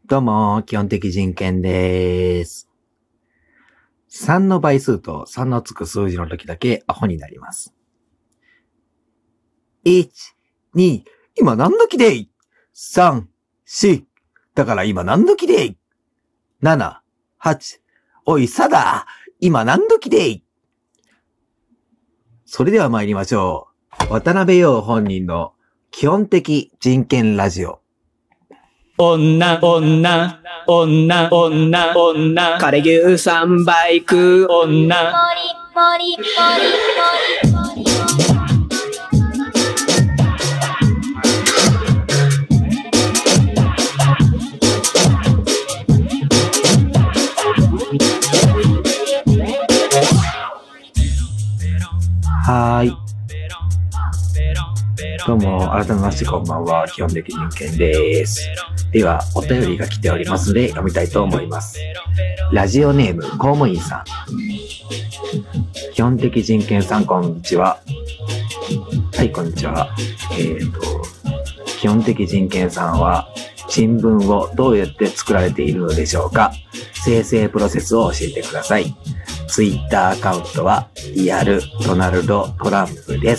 どうも、基本的人権です。3の倍数と3のつく数字の時だけアホになります。1、2、今何時でい ?3、4、だから今何時でい ?7、8、おい、さだ、今何時でいそれでは参りましょう。渡辺陽本人の基本的人権ラジオ。 女、女、女、女、女、枯れ牛3倍食う女。 はーい。どうも、改めましてこんばんは。基本的人権です。では、お便りが来ておりますので読みたいと思います。ラジオネーム、公務員さん。基本的人権さん、こんにちは。はい、こんにちは。基本的人権さんは、新聞をどうやって作られているのでしょうか。生成プロセスを教えてください。ツイッターアカウントは、リアルドナルドトランプです。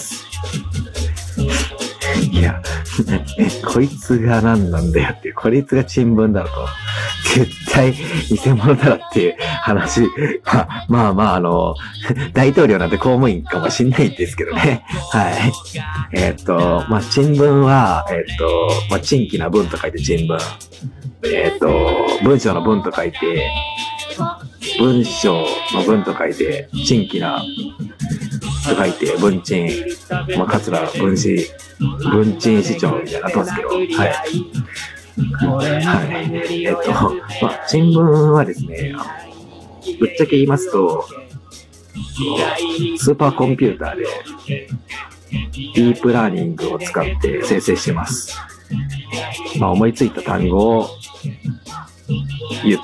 いや、こいつが何なんだよっていう、こいつが新聞だろと。絶対偽物だろっていう話。まあ、大統領なんて公務員かもしんないんですけどね。はい。新聞は、珍奇な文と書いて珍聞。文章の文と書いて、文章の文と書いて、珍奇なと書いて、文鎮、桂文鎮市長みたいになってますけど、はい。はい。新聞はですね、ぶっちゃけ言いますと、スーパーコンピューターで、ディープラーニングを使って生成してます。思いついた単語を言って、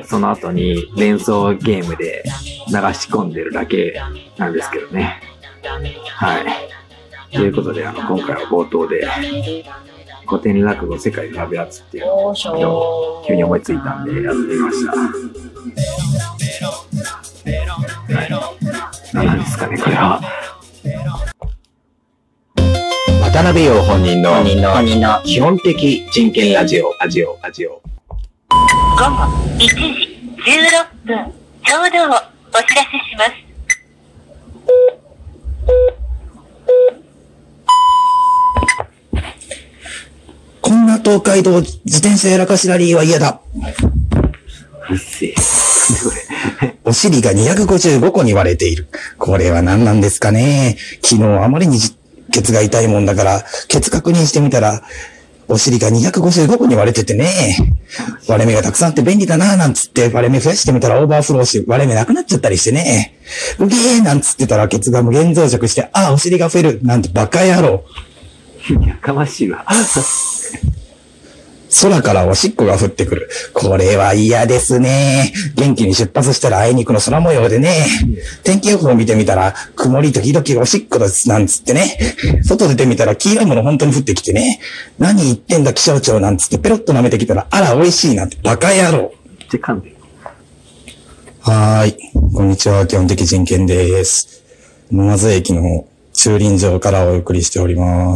その後に連想ゲームで流し込んでるだけなんですけどね。はい。ということで、今回は冒頭で、古典落語世界のラブやつっていうのを急に思いついたんでやってみました。はい。何なんですかね、これは。渡辺陽本人の基本的人権ラジオ。 午後1時16分、ちょうどをお知らせします。 こんな東海道自転車やらかしラリーは嫌だ。 うっせえ。 お尻が255個に割れている。これは何なんですかね。昨日あまりにケツが痛いもんだから、ケツ確認してみたら、お尻が255個に割れててね。割れ目がたくさんあって便利だなぁなんつって割れ目増やしてみたらオーバーフローし割れ目なくなっちゃったりしてね。うげーなんつってたらケツが無限増殖して、お尻が増えるなんてバカ野郎。 やかましいわ。 空からおしっこが降ってくる。これは嫌ですね。元気に出発したらあいにくの空模様でね。天気予報を見てみたら、曇り時々おしっこですなんつってね。外出てみたら黄色いもの本当に降ってきてね。何言ってんだ気象庁なんつってペロッと舐めてきたら、あら美味しいなんてバカ野郎。 って噛んでる。 はーい。こんにちは。基本的人権です。沼津駅の駐輪場からお送りしております。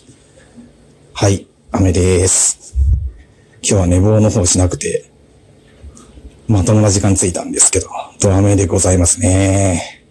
はい。雨です。今日は寝坊の方しなくて、まともな時間ついたんですけど、ド雨でございますね。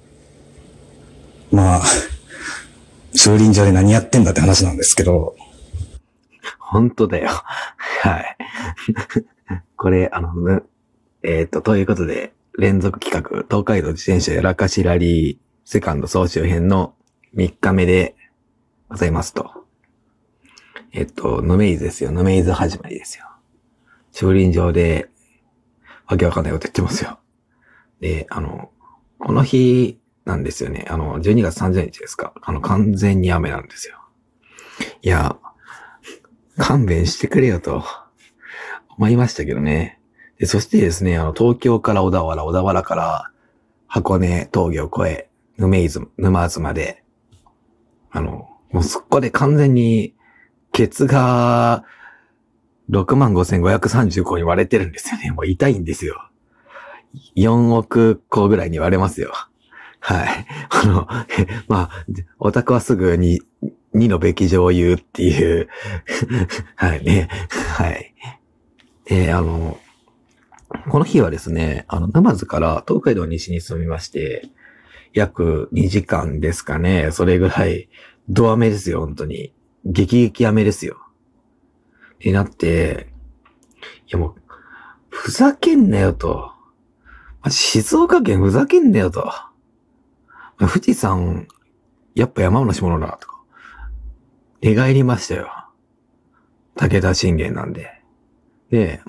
駐輪場で何やってんだって話なんですけど。 本当だよ。はい。これ、ということで、連続企画、東海道自転車やらかしラリー、セカンド総集編の3日目でございますと。野めいずですよ。野めいず始まりですよ。駐輪場で、わけわかんないこと言ってますよ。で、この日なんですよね。12月30日ですか。完全に雨なんですよ。いや、勘弁してくれよと、思いましたけどね。で、そしてですね、東京から小田原から箱根峠を越え、沼津まで、もうそこで完全に、ケツが 65,530個に割れてるんですよね。もう痛いんですよ。4億個ぐらいに割れますよ。はい。まあ、オタクはすぐに2のべき上を言うっていう。はいね。はい。この日はですね、沼津から東海道西に住みまして、約2時間ですかね。それぐらい、ド雨ですよ、本当に。激雨ですよ。になって、いやもう、ふざけんなよと。静岡県ふざけんなよと。富士山、やっぱ山の下だとか。寝返りましたよ。武田信玄なんで。で、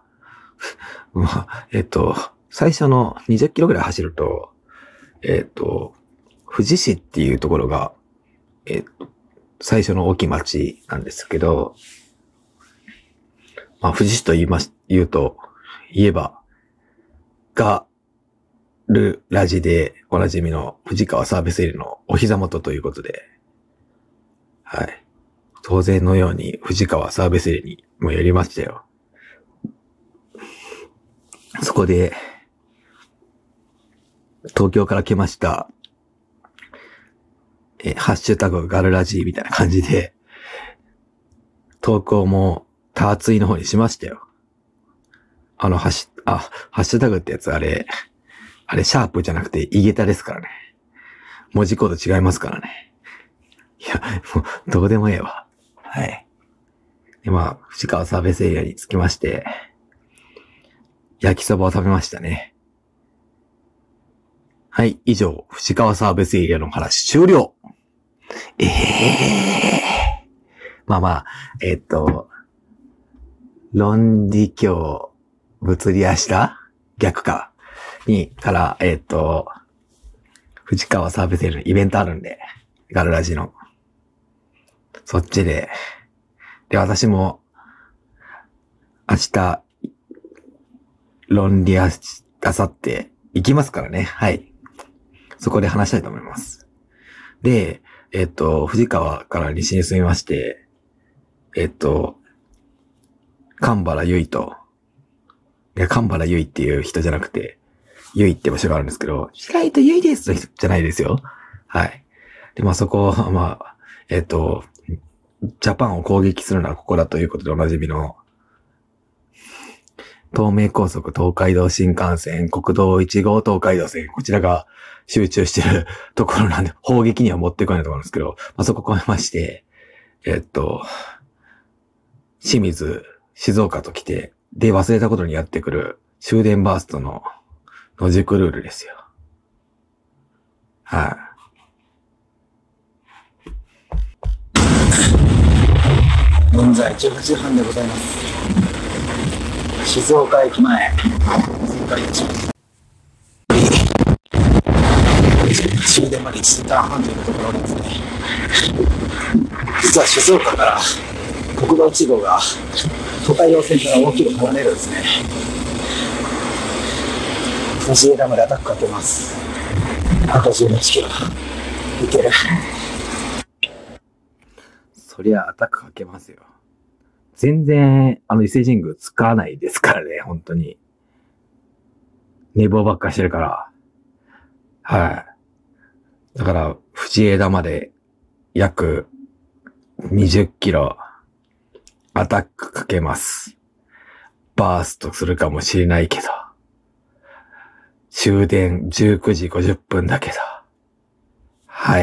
最初の20キロぐらい走ると、富士市っていうところが、最初の大きい町なんですけど、富士市と言えば、ガルラジでおなじみの藤川サービスエリアのお膝元ということで、はい。当然のように藤川サービスエリアにもやりましたよ。そこで、東京から来ました、ハッシュタグガルラジみたいな感じで、投稿もターツイの方にしましたよ。ハッシュタグってやつあれ、シャープじゃなくてイゲタですからね。文字コード違いますからね。いや、もう、どうでもええわ。はい。で、藤川サービスエリアに着きまして、焼きそばを食べましたね。はい、以上、藤川サービスエリアの話終了。論理教物理明日逆か。から、藤川サービスエリアのイベントあるんで、ガルラジの。そっちで、私も、明日、論理あさって行きますからね。はい。そこで話したいと思います。で、藤川から西に住みまして、神原ゆいと、神原ゆいっていう人じゃなくて、ゆいって場所があるんですけど、白井とゆいですの人じゃないですよ。はい。で、そこ、ジャパンを攻撃するのはここだということでおなじみの、東名高速東海道新幹線、国道1号東海道線、こちらが集中してるところなんで、砲撃には持ってこないところなんですけど、そこ越えまして、清水、静岡と来て、で、忘れたことにやってくる終電バーストの野宿ルールですよ。はい。 現在18時半でございます。静岡駅前。終電まで1時間半というところですね。実は静岡から国道1号が東海道線から大きく離れるんですね。西枝までアタックかけます。あと11キロ。いける。 そりゃアタックかけますよ。全然、伊勢神宮使わないですからね、本当に。寝坊ばっかしてるから。はい。だから、藤枝まで約20キロアタックかけます。バーストするかもしれないけど。終電19時50分だけど。はい。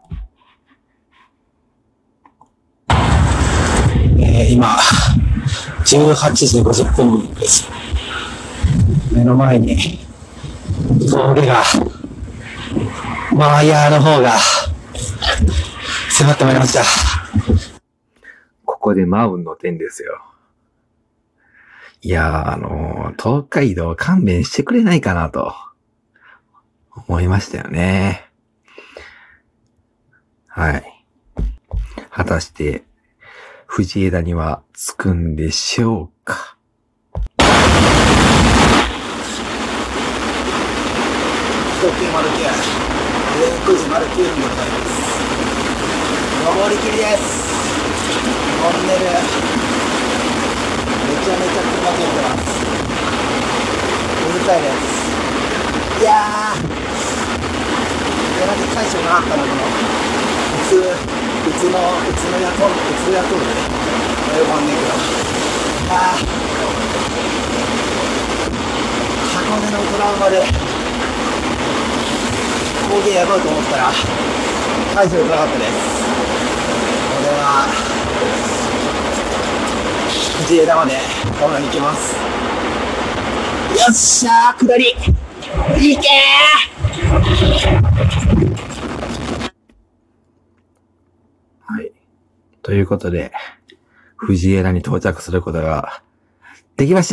今、18時50分です。目の前に、峠が、ワイヤーの方が、迫ってまいりました。 ここでマウンの点ですよ。いや東海道勘弁してくれないかなと、思いましたよね。はい。果たして、藤枝には着くんでしょうか。 19:09、19時09分でございます。登り切りです。トンネル。 たいです。いやー、なんか大将があったのかな。うつの雇うでね。よくわかんねえけど。箱根のトラウマで、工芸やろうと思ったら、大将がなかったです。これは、藤枝まで頑張りに行きます。よっしゃー、下りいけはい。ということで、藤枝に到着することができました。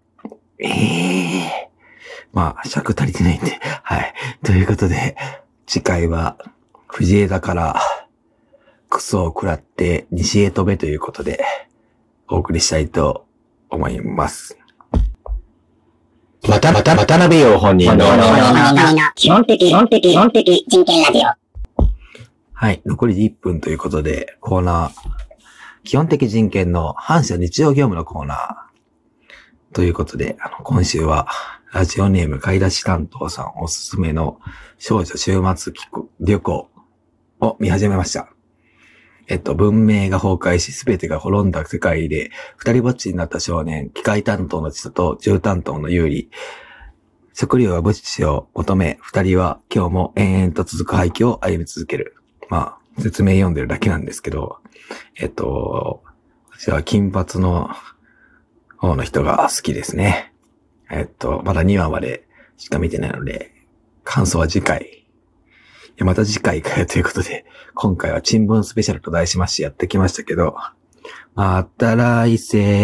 まあ、尺足りてないんで、はい。ということで、次回は、藤枝からクソを食らって西へ飛べということで、お送りしたいと思います。 渡辺陽本人の基本的人権ラジオ。 はい。残り1分ということで、コーナー、基本的人権の反社日常業務のコーナー。ということで、今週は、ラジオネーム買い出し担当さんおすすめの少女週末旅行を見始めました。文明が崩壊し全てが滅んだ世界で、二人ぼっちになった少年、機械担当の千里と銃担当の有利。食料は物資を求め、二人は今日も延々と続く廃墟を歩み続ける。まあ、説明読んでるだけなんですけど、私は金髪の方の人が好きですね。まだ2話までしか見てないので、感想は次回。また次回かよということで、今回は珍聞スペシャルと題しましてやってきましたけど、また来世。